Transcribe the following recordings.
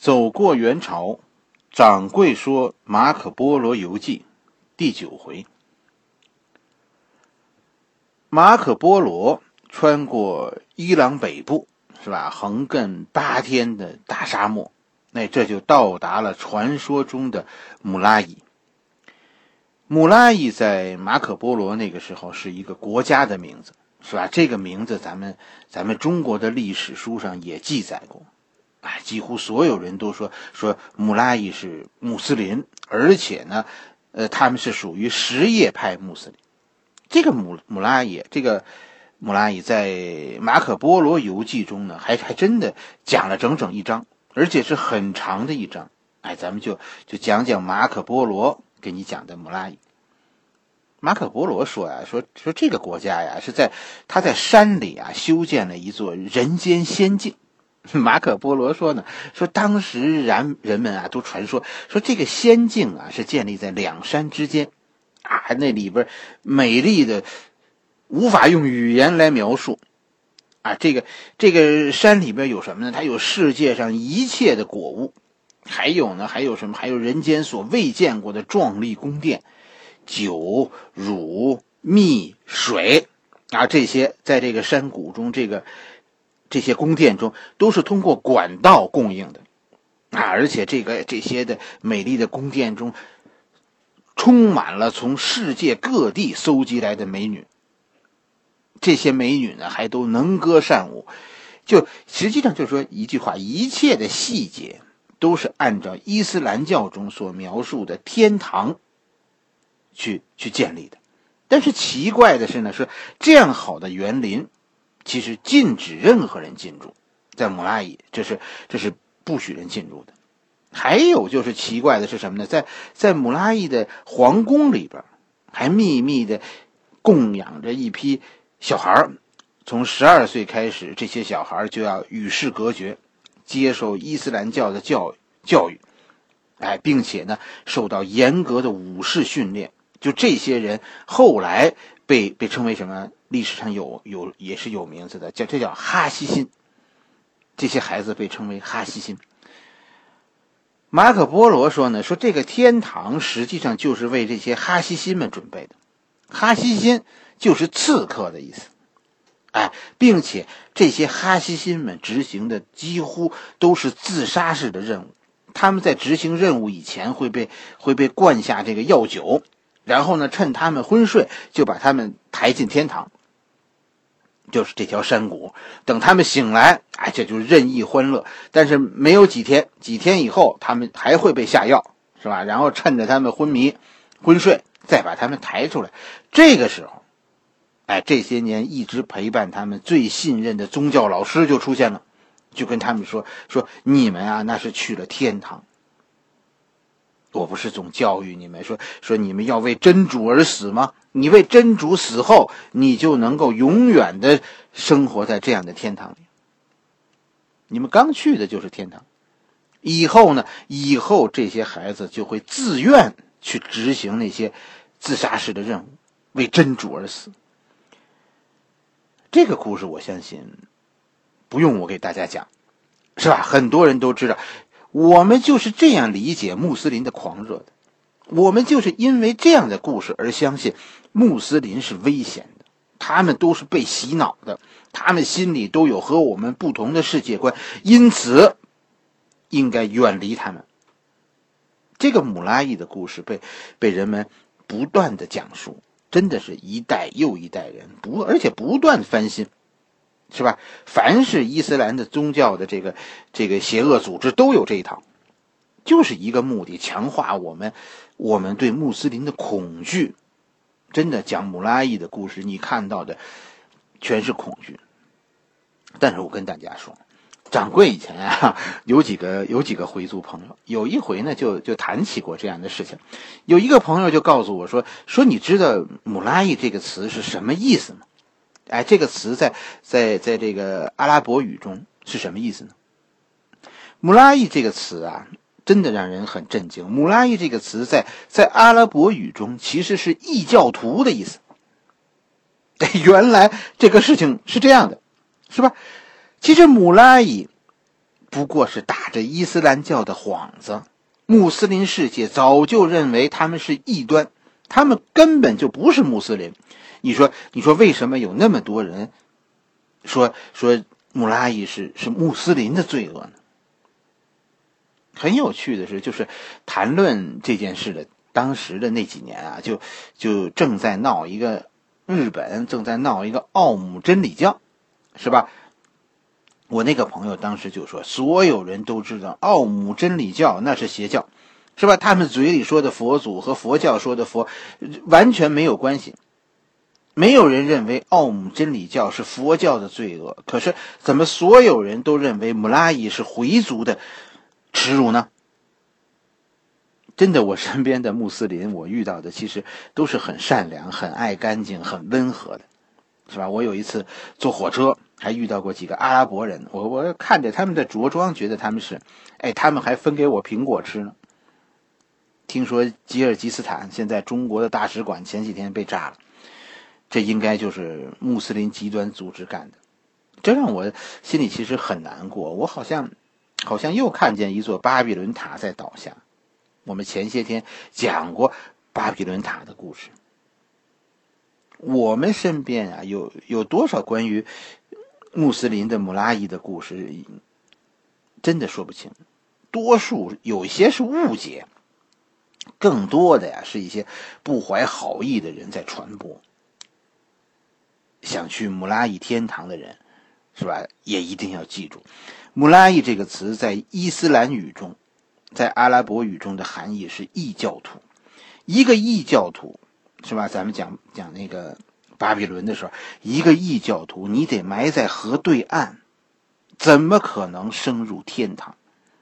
走过元朝，掌柜说马可波罗游记第9回。马可波罗穿过伊朗北部，是吧？横亘8天的大沙漠，那这就到达了传说中的姆拉伊。姆拉伊在马可波罗那个时候是一个国家的名字，是吧？这个名字咱们中国的历史书上也记载过。几乎所有人都说姆拉伊是穆斯林，而且呢，他们是属于什叶派穆斯林。这个姆拉伊在马可波罗游记中呢，还真的讲了整整一章，而且是很长的一章。咱们就讲讲马可波罗给你讲的姆拉伊。马可波罗说这个国家呀，他在山里修建了一座人间仙境。马可波罗说当时人们都传说这个仙境是建立在2山之间那里边美丽的无法用语言来描述这个山里边有什么呢？它有世界上一切的果物，还有什么？还有人间所未见过的壮丽宫殿，酒、乳、蜜、水这些在这个山谷中这些宫殿中都是通过管道供应的而且这些的美丽的宫殿中充满了从世界各地搜集来的美女。这些美女呢还都能歌善舞，就实际上就是说一句话，一切的细节都是按照伊斯兰教中所描述的天堂去建立的。但是奇怪的是呢，是这样好的园林其实禁止任何人进入，在姆拉伊这是不许人进入的。还有就是奇怪的是什么呢？在姆拉伊的皇宫里边还秘密的供养着一批小孩，从12岁开始，这些小孩就要与世隔绝，接受伊斯兰教的教育并且呢受到严格的武士训练。就这些人后来被称为什么？历史上也是有名字的，这叫哈希辛。这些孩子被称为哈希辛。马可波罗说这个天堂实际上就是为这些哈希辛们准备的。哈希辛就是刺客的意思。并且这些哈希辛们执行的几乎都是自杀式的任务。他们在执行任务以前会被灌下这个药酒，然后呢趁他们昏睡就把他们抬进天堂，就是这条山谷。等他们醒来这就是任意欢乐。但是没有几天以后他们还会被下药，是吧？然后趁着他们昏睡再把他们抬出来。这个时候这些年一直陪伴他们最信任的宗教老师就出现了，就跟他们说你们那是去了天堂。我不是总教育你们说你们要为真主而死吗？你为真主死后，你就能够永远的生活在这样的天堂里。你们刚去的就是天堂。以后这些孩子就会自愿去执行那些自杀式的任务，为真主而死。这个故事我相信不用我给大家讲，是吧？很多人都知道。我们就是这样理解穆斯林的狂热的，我们就是因为这样的故事而相信穆斯林是危险的，他们都是被洗脑的，他们心里都有和我们不同的世界观，因此应该远离他们。这个姆拉伊的故事被人们不断的讲述，真的是一代又一代人而且不断翻新，是吧？凡是伊斯兰的宗教的这个邪恶组织都有这一套，就是一个目的，强化我们对穆斯林的恐惧。真的讲姆拉伊的故事，你看到的全是恐惧。但是我跟大家说，掌柜以前有几个回族朋友，有一回呢就谈起过这样的事情。有一个朋友就告诉我说你知道姆拉伊这个词是什么意思吗？这个词在这个阿拉伯语中是什么意思呢？姆拉伊这个词真的让人很震惊。姆拉伊这个词在阿拉伯语中其实是异教徒的意思。原来这个事情是这样的，是吧？其实姆拉伊不过是打着伊斯兰教的幌子，穆斯林世界早就认为他们是异端，他们根本就不是穆斯林。你说为什么有那么多人说穆拉伊是穆斯林的罪恶呢？很有趣的是，就是谈论这件事的当时的那几年啊，就正在闹一个日本正在闹一个奥姆真理教，是吧？我那个朋友当时就说，所有人都知道奥姆真理教那是邪教，是吧？他们嘴里说的佛祖和佛教说的佛完全没有关系。没有人认为奥姆真理教是佛教的罪恶，可是怎么所有人都认为穆拉伊是回族的耻辱呢？真的，我身边的穆斯林，我遇到的其实都是很善良、很爱干净、很温和的，是吧？我有一次坐火车，还遇到过几个阿拉伯人，我看着他们的着装，觉得他们是，他们还分给我苹果吃呢。听说吉尔吉斯坦现在中国的大使馆前几天被炸了，这应该就是穆斯林极端组织干的，这让我心里其实很难过。我好像又看见一座巴比伦塔在倒下。我们前些天讲过巴比伦塔的故事。我们身边啊，有多少关于穆斯林的穆拉伊的故事，真的说不清。多数有一些是误解，更多的呀是一些不怀好意的人在传播。想去穆拉伊天堂的人，是吧？也一定要记住，穆拉伊这个词在伊斯兰语中，在阿拉伯语中的含义是异教徒。一个异教徒，是吧？咱们讲那个巴比伦的时候，一个异教徒你得埋在河对岸，怎么可能升入天堂？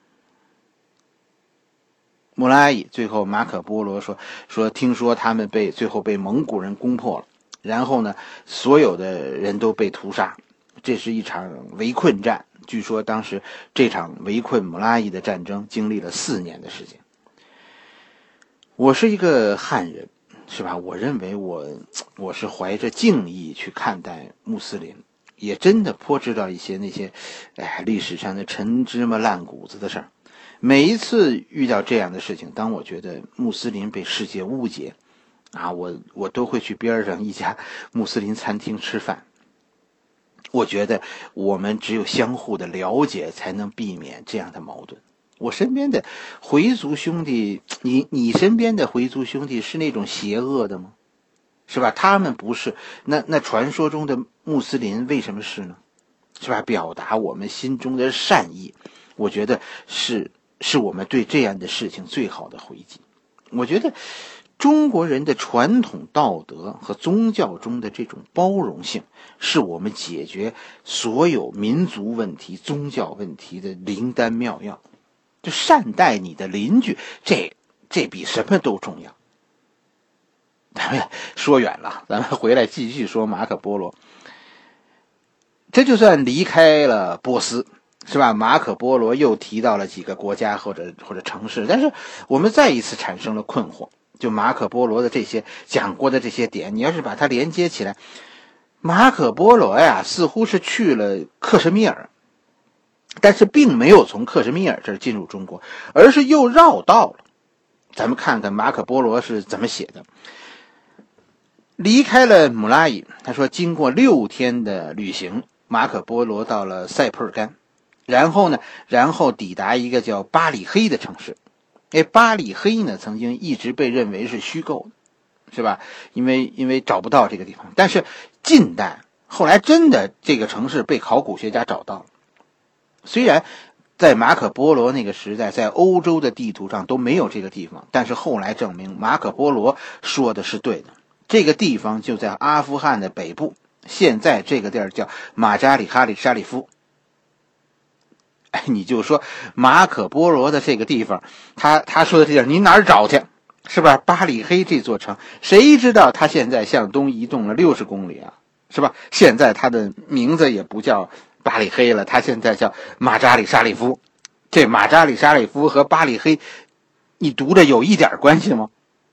穆拉伊最后马可波罗说听说他们最后被蒙古人攻破了，然后呢所有的人都被屠杀，这是一场围困战。据说当时这场围困穆拉伊的战争经历了4年的时间。我是一个汉人，是吧？我认为我是怀着敬意去看待穆斯林，也真的颇知道一些那些历史上的陈芝麻烂谷子的事儿。每一次遇到这样的事情，当我觉得穆斯林被世界误解啊，我都会去边上一家穆斯林餐厅吃饭。我觉得我们只有相互的了解，才能避免这样的矛盾。我身边的回族兄弟，你身边的回族兄弟是那种邪恶的吗？是吧？他们不是，那传说中的穆斯林为什么是呢？是吧？表达我们心中的善意，我觉得是我们对这样的事情最好的回击。我觉得中国人的传统道德和宗教中的这种包容性，是我们解决所有民族问题、宗教问题的灵丹妙药。就善待你的邻居，这比什么都重要。咱们说远了，咱们回来继续说马可波罗。这就算离开了波斯，是吧？马可波罗又提到了几个国家或者城市，但是我们再一次产生了困惑。就马可波罗的这些讲过的这些点，你要是把它连接起来，马可波罗呀似乎是去了克什米尔，但是并没有从克什米尔这儿进入中国，而是又绕道了。咱们看看马可波罗是怎么写的。离开了穆拉伊，他说经过6天的旅行，马可波罗到了塞浦尔干，然后抵达一个叫巴里黑的城市。巴里黑呢曾经一直被认为是虚构的，是吧？因为找不到这个地方，但是近代后来真的这个城市被考古学家找到了。虽然在马可波罗那个时代，在欧洲的地图上都没有这个地方，但是后来证明马可波罗说的是对的。这个地方就在阿富汗的北部，现在这个地儿叫马扎里哈里沙里夫。你就说马可波罗的这个地方，他说的这地儿你哪儿找去？是吧？巴里黑这座城，谁知道他现在向东移动了60公里啊？是吧？现在他的名字也不叫巴里黑了，他现在叫马扎里沙里夫。这马扎里沙里夫和巴里黑，你读着有一点关系吗？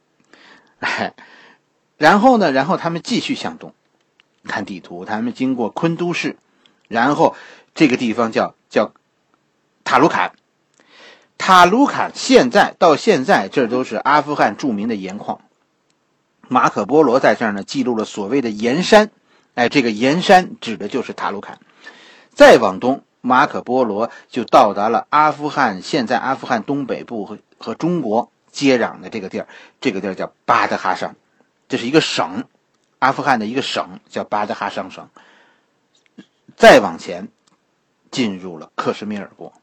然后他们继续向东，看地图，他们经过昆都市，然后这个地方叫塔卢坎。塔卢坎到现在这都是阿富汗著名的盐矿。马可波罗在这儿呢记录了所谓的盐山，这个盐山指的就是塔卢坎。再往东，马可波罗就到达了现在阿富汗东北部和中国接壤的这个地儿，这个地儿叫巴德哈商，这是一个省，阿富汗的一个省叫巴德哈商省。再往前进入了克什米尔国。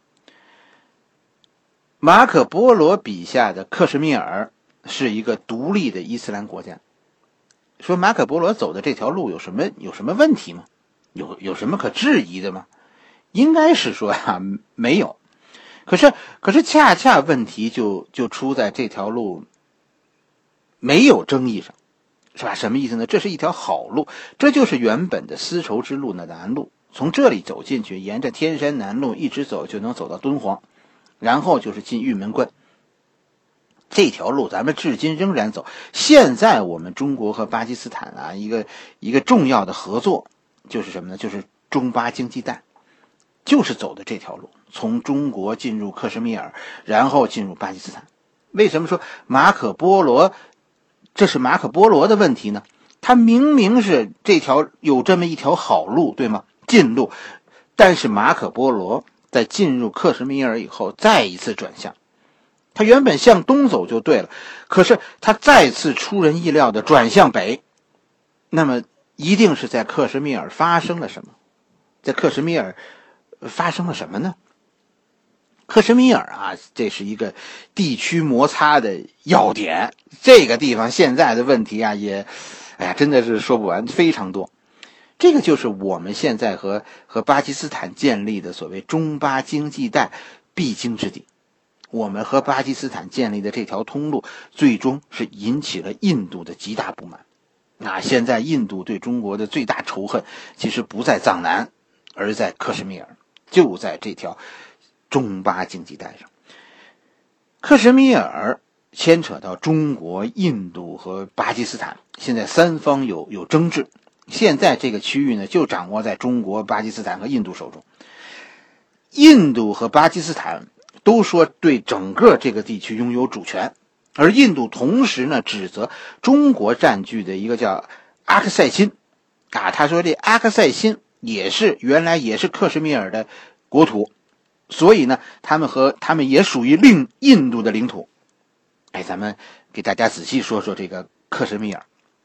马可波罗笔下的克什米尔是一个独立的伊斯兰国家。说马可波罗走的这条路有什么问题吗？有什么可质疑的吗？应该是说没有。可是恰恰问题就出在这条路没有争议上，是吧？什么意思呢？这是一条好路，这就是原本的丝绸之路的南路，从这里走进去，沿着天山南路一直走就能走到敦煌，然后就是进玉门关。这条路咱们至今仍然走。现在我们中国和巴基斯坦一个重要的合作就是什么呢？就是中巴经济带，就是走的这条路，从中国进入克什米尔，然后进入巴基斯坦。为什么说这是马可波罗的问题呢？他明明是有这么一条好路，对吗？近路，但是马可波罗在进入克什米尔以后再一次转向。他原本向东走就对了，可是他再次出人意料的转向北。那么一定是在克什米尔发生了什么？在克什米尔发生了什么呢？克什米尔这是一个地区摩擦的要点。这个地方现在的问题真的是说不完，非常多。这个就是我们现在和巴基斯坦建立的所谓中巴经济带必经之地。我们和巴基斯坦建立的这条通路最终是引起了印度的极大不满。现在印度对中国的最大仇恨其实不在藏南，而在克什米尔，就在这条中巴经济带上。克什米尔牵扯到中国、印度和巴基斯坦，现在三方有争执。现在这个区域呢，就掌握在中国、巴基斯坦和印度手中。印度和巴基斯坦都说对整个这个地区拥有主权，而印度同时呢指责中国占据的一个叫阿克塞辛他说这阿克塞辛原来也是克什米尔的国土，所以呢他们也属于另印度的领土。咱们给大家仔细说说这个克什米尔。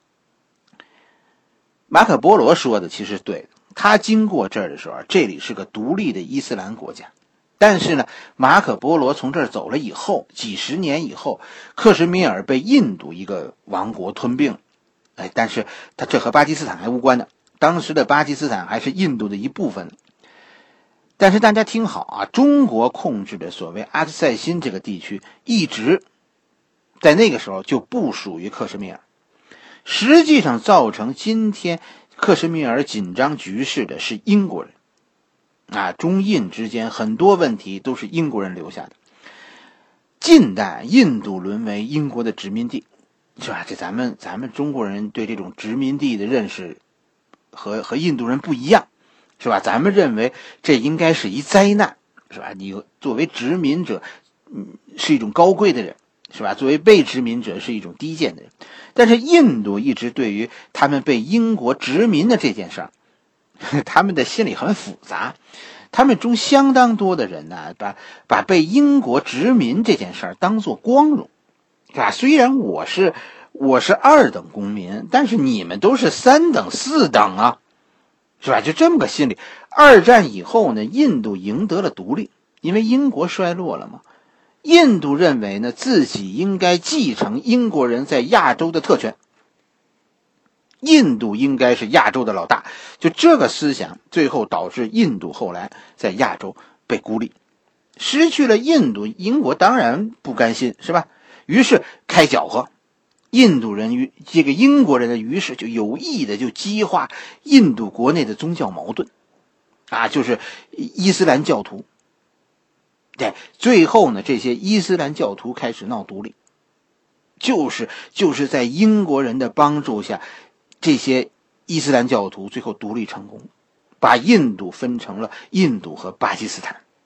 马可波罗说的其实对的，他经过这儿的时候，这里是个独立的伊斯兰国家。但是呢，马可波罗从这儿走了以后，几十年以后，克什米尔被印度一个王国吞并。但是这和巴基斯坦还无关的，当时的巴基斯坦还是印度的一部分。但是大家听好中国控制的所谓阿克塞辛这个地区，一直在那个时候就不属于克什米尔。实际上造成今天克什米尔紧张局势的是英国人。中印之间很多问题都是英国人留下的。近代印度沦为英国的殖民地，是吧？这咱们中国人对这种殖民地的认识和印度人不一样，是吧？咱们认为这应该是一灾难，是吧？你作为殖民者是一种高贵的人，是吧？作为被殖民者是一种低贱的人。但是印度一直对于他们被英国殖民的这件事儿，他们的心里很复杂。他们中相当多的人把被英国殖民这件事儿当作光荣，是吧？虽然我是二等公民，但是你们都是三等四等是吧？就这么个心理。二战以后呢，印度赢得了独立，因为英国衰落了嘛。印度认为呢，自己应该继承英国人在亚洲的特权，印度应该是亚洲的老大。就这个思想最后导致印度后来在亚洲被孤立，失去了印度，英国当然不甘心，是吧？于是开搅和，印度人这个英国人的于是就有意的就激化印度国内的宗教矛盾就是伊斯兰教徒。对，最后呢，这些伊斯兰教徒开始闹独立，就是在英国人的帮助下，这些伊斯兰教徒最后独立成功，把印度分成了印度和巴基斯坦。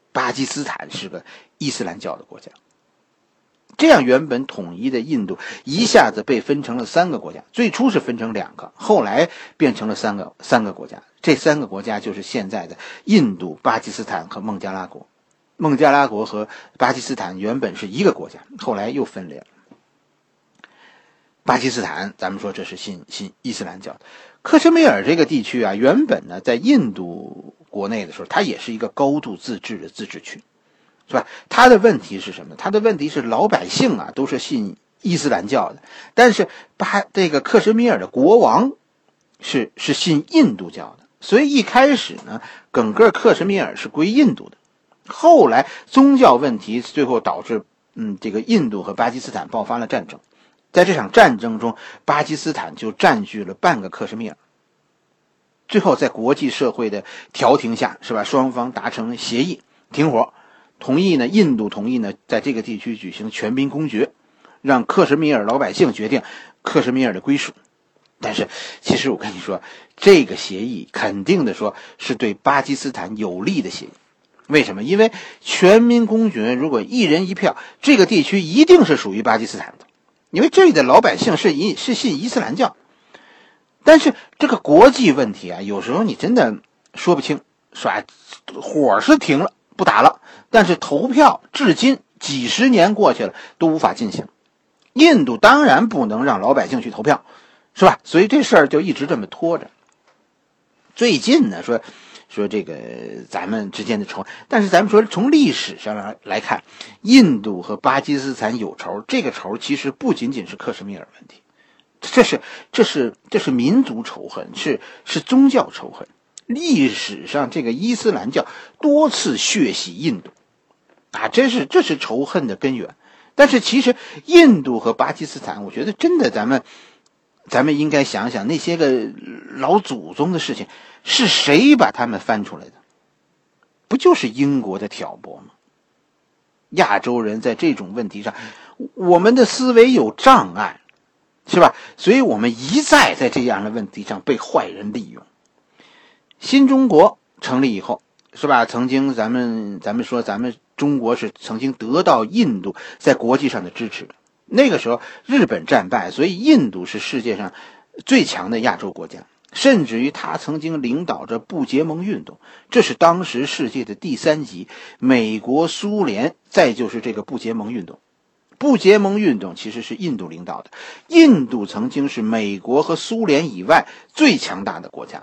巴基斯坦是个伊斯兰教的国家。这样原本统一的印度一下子被分成了3个国家，最初是分成2个，后来变成了三个国家。这3个国家就是现在的印度、巴基斯坦和孟加拉国。孟加拉国和巴基斯坦原本是一个国家，后来又分裂了。巴基斯坦咱们说这是信伊斯兰教的。克什米尔这个地区啊，原本呢在印度国内的时候，它也是一个高度自治的自治区，是吧？它的问题是什么？它的问题是老百姓啊都是信伊斯兰教的，但是这个克什米尔的国王是信印度教的，所以一开始呢，整个克什米尔是归印度的。后来宗教问题最后导致这个印度和巴基斯坦爆发了战争。在这场战争中，巴基斯坦就占据了半个克什米尔。最后在国际社会的调停下，是吧？双方达成协议停火，同意呢，印度同意呢，在这个地区举行全民公决，让克什米尔老百姓决定克什米尔的归属。但是其实我跟你说，这个协议肯定的说是对巴基斯坦有利的协议。为什么？因为全民公决如果一人一票，这个地区一定是属于巴基斯坦的，因为这里的老百姓是信伊斯兰教。但是这个国际问题啊，有时候你真的说不清，是吧？火是停了，不打了，但是投票至今几十年过去了都无法进行。印度当然不能让老百姓去投票，是吧？所以这事儿就一直这么拖着。最近呢，说这个咱们之间的仇，但是咱们说从历史上来看，印度和巴基斯坦有仇，这个仇其实不仅仅是克什米尔问题，这是民族仇恨，是宗教仇恨。历史上这个伊斯兰教多次血洗印度啊，这是仇恨的根源。但是其实印度和巴基斯坦，我觉得真的咱们应该想想那些个老祖宗的事情，是谁把他们翻出来的？不就是英国的挑拨吗？亚洲人在这种问题上，我们的思维有障碍，是吧？所以我们一再在这样的问题上被坏人利用。新中国成立以后，是吧？曾经咱们说咱们中国是曾经得到印度在国际上的支持。那个时候日本战败，所以印度是世界上最强的亚洲国家，甚至于他曾经领导着不结盟运动，这是当时世界的第3级，美国、苏联，再就是这个不结盟运动。不结盟运动其实是印度领导的，印度曾经是美国和苏联以外最强大的国家，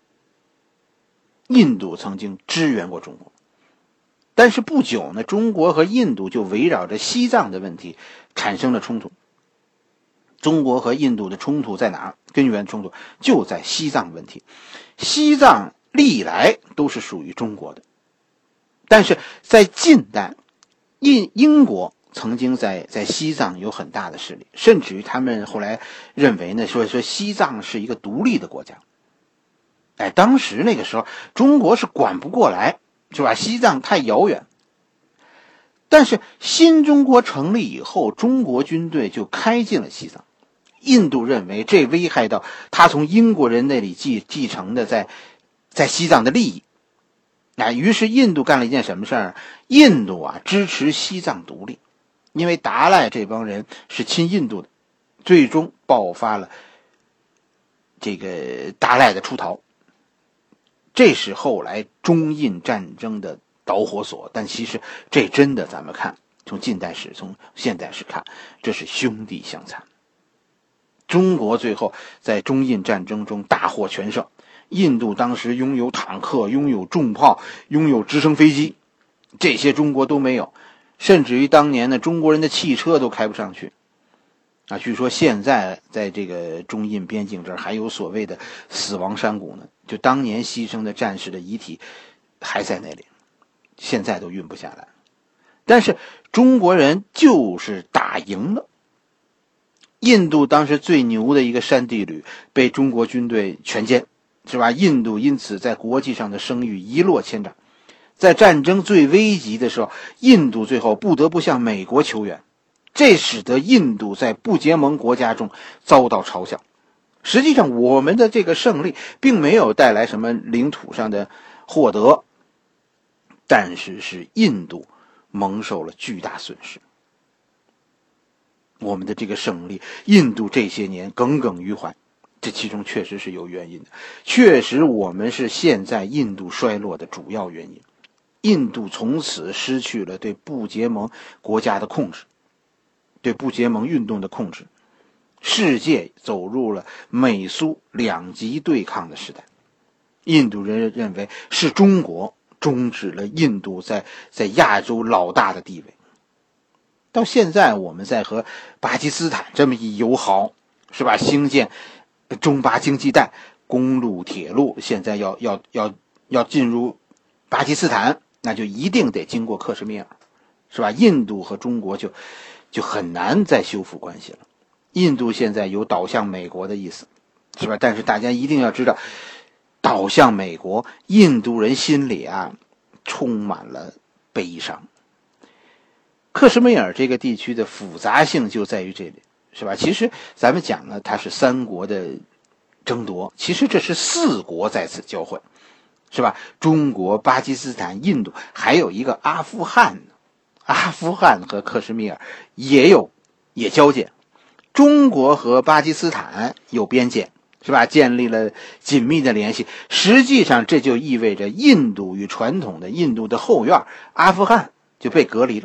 印度曾经支援过中国。但是不久呢，中国和印度就围绕着西藏的问题产生了冲突。中国和印度的冲突在哪儿？根源冲突就在西藏问题。西藏历来都是属于中国的，但是在近代，英国曾经在西藏有很大的势力，甚至于他们后来认为呢，说西藏是一个独立的国家。当时那个时候中国是管不过来，是吧？西藏太遥远。但是新中国成立以后，中国军队就开进了西藏。印度认为这危害到他从英国人那里继承的在西藏的利益。于是印度干了一件什么事儿？印度啊支持西藏独立，因为达赖这帮人是亲印度的，最终爆发了这个达赖的出逃。这是后来中印战争的导火索，但其实这真的咱们看，从近代史从现代史看，这是兄弟相残。中国最后在中印战争中大获全胜，印度当时拥有坦克，拥有重炮，拥有直升飞机，这些中国都没有，甚至于当年呢，中国人的汽车都开不上去据说现在在这个中印边境这儿还有所谓的死亡山谷呢，就当年牺牲的战士的遗体还在那里，现在都运不下来。但是中国人就是打赢了。印度当时最牛的一个山地旅被中国军队全歼，是吧？印度因此在国际上的声誉一落千丈。在战争最危急的时候，印度最后不得不向美国求援，这使得印度在不结盟国家中遭到嘲笑。实际上我们的这个胜利并没有带来什么领土上的获得， 但是印度蒙受了巨大损失。我们的这个胜利，印度这些年耿耿于怀，这其中确实是有原因的，确实我们是现在印度衰落的主要原因。印度从此失去了对不结盟国家的控制，对不结盟运动的控制，世界走入了美苏两极对抗的时代。印度人认为是中国终止了印度在亚洲老大的地位。到现在我们在和巴基斯坦这么一友好，是吧？兴建中巴经济带，公路铁路现在要进入巴基斯坦，那就一定得经过克什米尔，是吧？印度和中国就很难再修复关系了。印度现在有倒向美国的意思，是吧？但是大家一定要知道，倒向美国，印度人心里充满了悲伤。克什米尔这个地区的复杂性就在于这里，是吧？其实咱们讲呢，它是三国的争夺，其实这是四国在此交汇，是吧？中国、巴基斯坦、印度，还有一个阿富汗，阿富汗和克什米尔也交界，中国和巴基斯坦有边界，是吧？建立了紧密的联系。实际上这就意味着印度与传统的印度的后院阿富汗就被隔离了。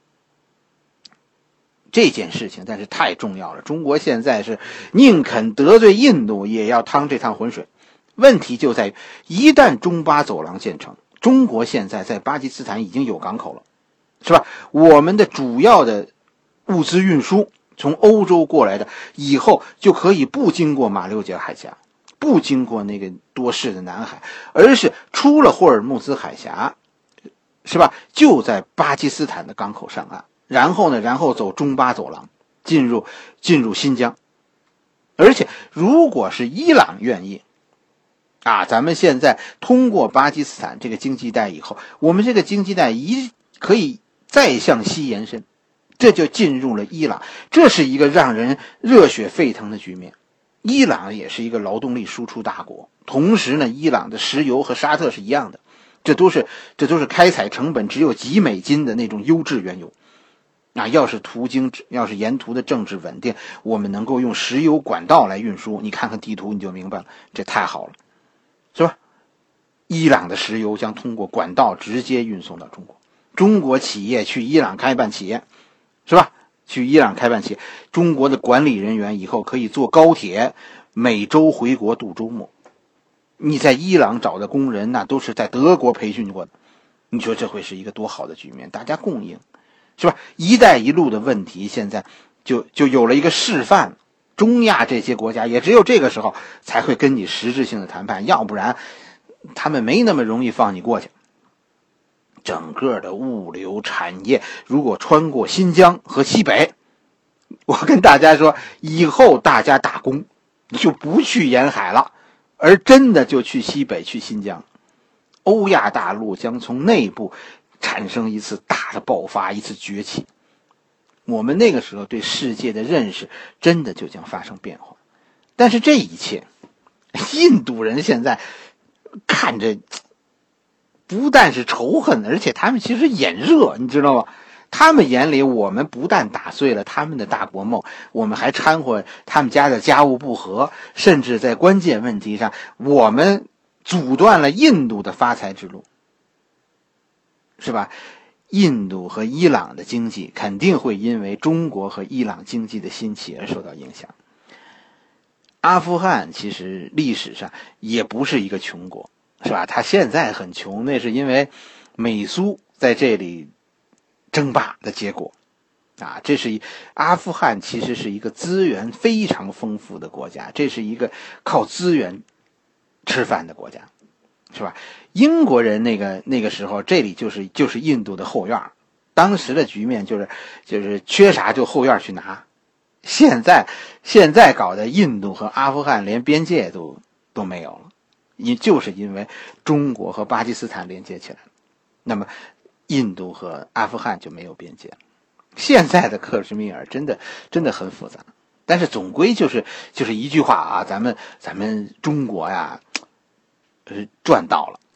这件事情但是太重要了，中国现在是宁肯得罪印度也要趟这趟浑水。问题就在于，一旦中巴走廊建成，中国现在在巴基斯坦已经有港口了，是吧？我们的主要的物资运输从欧洲过来的，以后就可以不经过马六甲海峡，不经过那个多事的南海，而是出了霍尔木兹海峡，是吧？就在巴基斯坦的港口上岸，然后走中巴走廊进入新疆。而且如果是伊朗愿意咱们现在通过巴基斯坦这个经济带以后，我们这个经济带可以再向西延伸，这就进入了伊朗，这是一个让人热血沸腾的局面。伊朗也是一个劳动力输出大国，同时呢，伊朗的石油和沙特是一样的，这都是开采成本只有几美金的那种优质原油。要是沿途的政治稳定，我们能够用石油管道来运输，你看看地图你就明白了，这太好了，是吧？伊朗的石油将通过管道直接运送到中国，中国企业去伊朗开办企业，是吧？去伊朗开办企业，中国的管理人员以后可以坐高铁每周回国度周末。你在伊朗找的工人那都是在德国培训过的，你说这会是一个多好的局面，大家共赢，是吧？一带一路的问题现在就有了一个示范，中亚这些国家也只有这个时候才会跟你实质性的谈判，要不然他们没那么容易放你过去。整个的物流产业如果穿过新疆和西北，我跟大家说，以后大家打工就不去沿海了，而真的就去西北去新疆。欧亚大陆将从内部产生一次大的爆发，一次崛起。我们那个时候对世界的认识真的就将发生变化。但是这一切，印度人现在看着不但是仇恨，而且他们其实眼热，你知道吗？他们眼里我们不但打碎了他们的大国梦，我们还掺和他们家的家务不和，甚至在关键问题上我们阻断了印度的发财之路，是吧？印度和伊朗的经济肯定会因为中国和伊朗经济的兴起而受到影响。阿富汗其实历史上也不是一个穷国，是吧？他现在很穷，那是因为美苏在这里争霸的结果这是阿富汗其实是一个资源非常丰富的国家，这是一个靠资源吃饭的国家，是吧？英国人那个时候，这里就是印度的后院，当时的局面就是缺啥就后院去拿。现在搞的印度和阿富汗连边界都没有了，就是因为中国和巴基斯坦连接起来，那么印度和阿富汗就没有边界了。现在的克什米尔真的很复杂，但是总归就是一句话咱们中国呀，赚到了。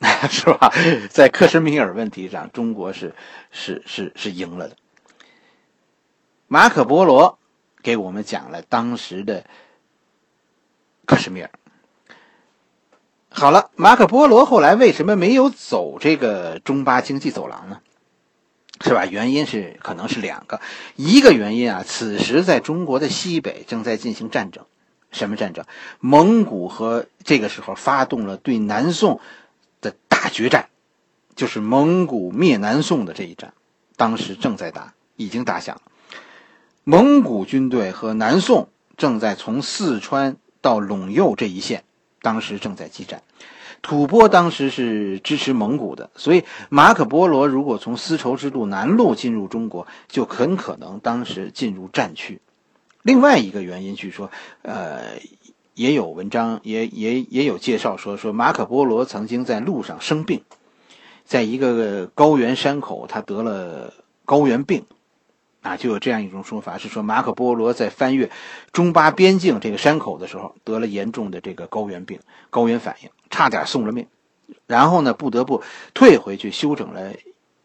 是吧？在克什米尔问题上，中国是赢了的。马可波罗给我们讲了当时的克什米尔。好了，马可波罗后来为什么没有走这个中巴经济走廊呢？是吧？原因可能是两个。一个原因啊，此时在中国的西北正在进行战争。什么战争？蒙古和这个时候发动了对南宋的大决战，就是蒙古灭南宋的这一战，当时正在打，已经打响了。蒙古军队和南宋正在从四川到陇右这一线，当时正在激战。吐蕃当时是支持蒙古的，所以马可波罗如果从丝绸之路南路进入中国，就很可能当时进入战区。另外一个原因，据说也有文章也有介绍说马可波罗曾经在路上生病，在一个高原山口他得了高原病啊，就有这样一种说法，是说马可波罗在翻越中巴边境这个山口的时候得了严重的这个高原病、高原反应，差点送了命。然后呢，不得不退回去休整了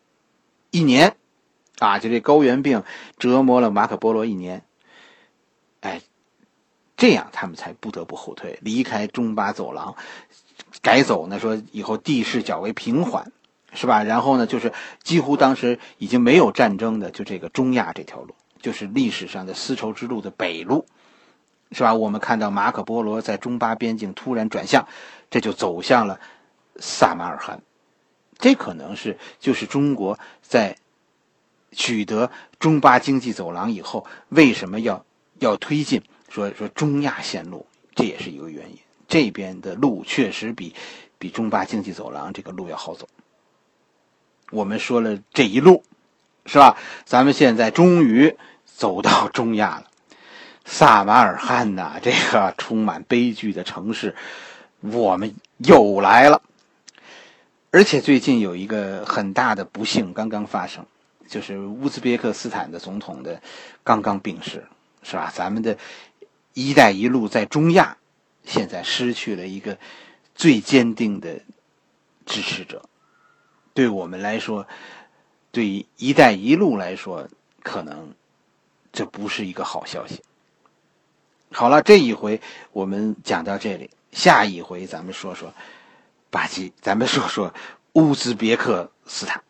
1年啊，就这高原病折磨了马可波罗1年。哎，这样他们才不得不后退，离开中巴走廊，改走呢，说以后地势较为平缓，是吧？然后呢，就是几乎当时已经没有战争的，就这个中亚这条路，就是历史上的丝绸之路的北路，是吧？我们看到马可波罗在中巴边境突然转向，这就走向了萨马尔罕。这可能就是中国在取得中巴经济走廊以后，为什么要推进说中亚线路，这也是一个原因。这边的路确实比中巴经济走廊这个路要好走。我们说了这一路，是吧？咱们现在终于走到中亚了。萨马尔罕呐，这个充满悲剧的城市，我们又来了。而且最近有一个很大的不幸刚刚发生，就是乌兹别克斯坦的总统的刚刚病逝，是吧？咱们的一带一路在中亚现在失去了一个最坚定的支持者。对我们来说，对一带一路来说，可能这不是一个好消息。好了，这一回我们讲到这里，下一回咱们说说巴基，咱们说说乌兹别克斯坦。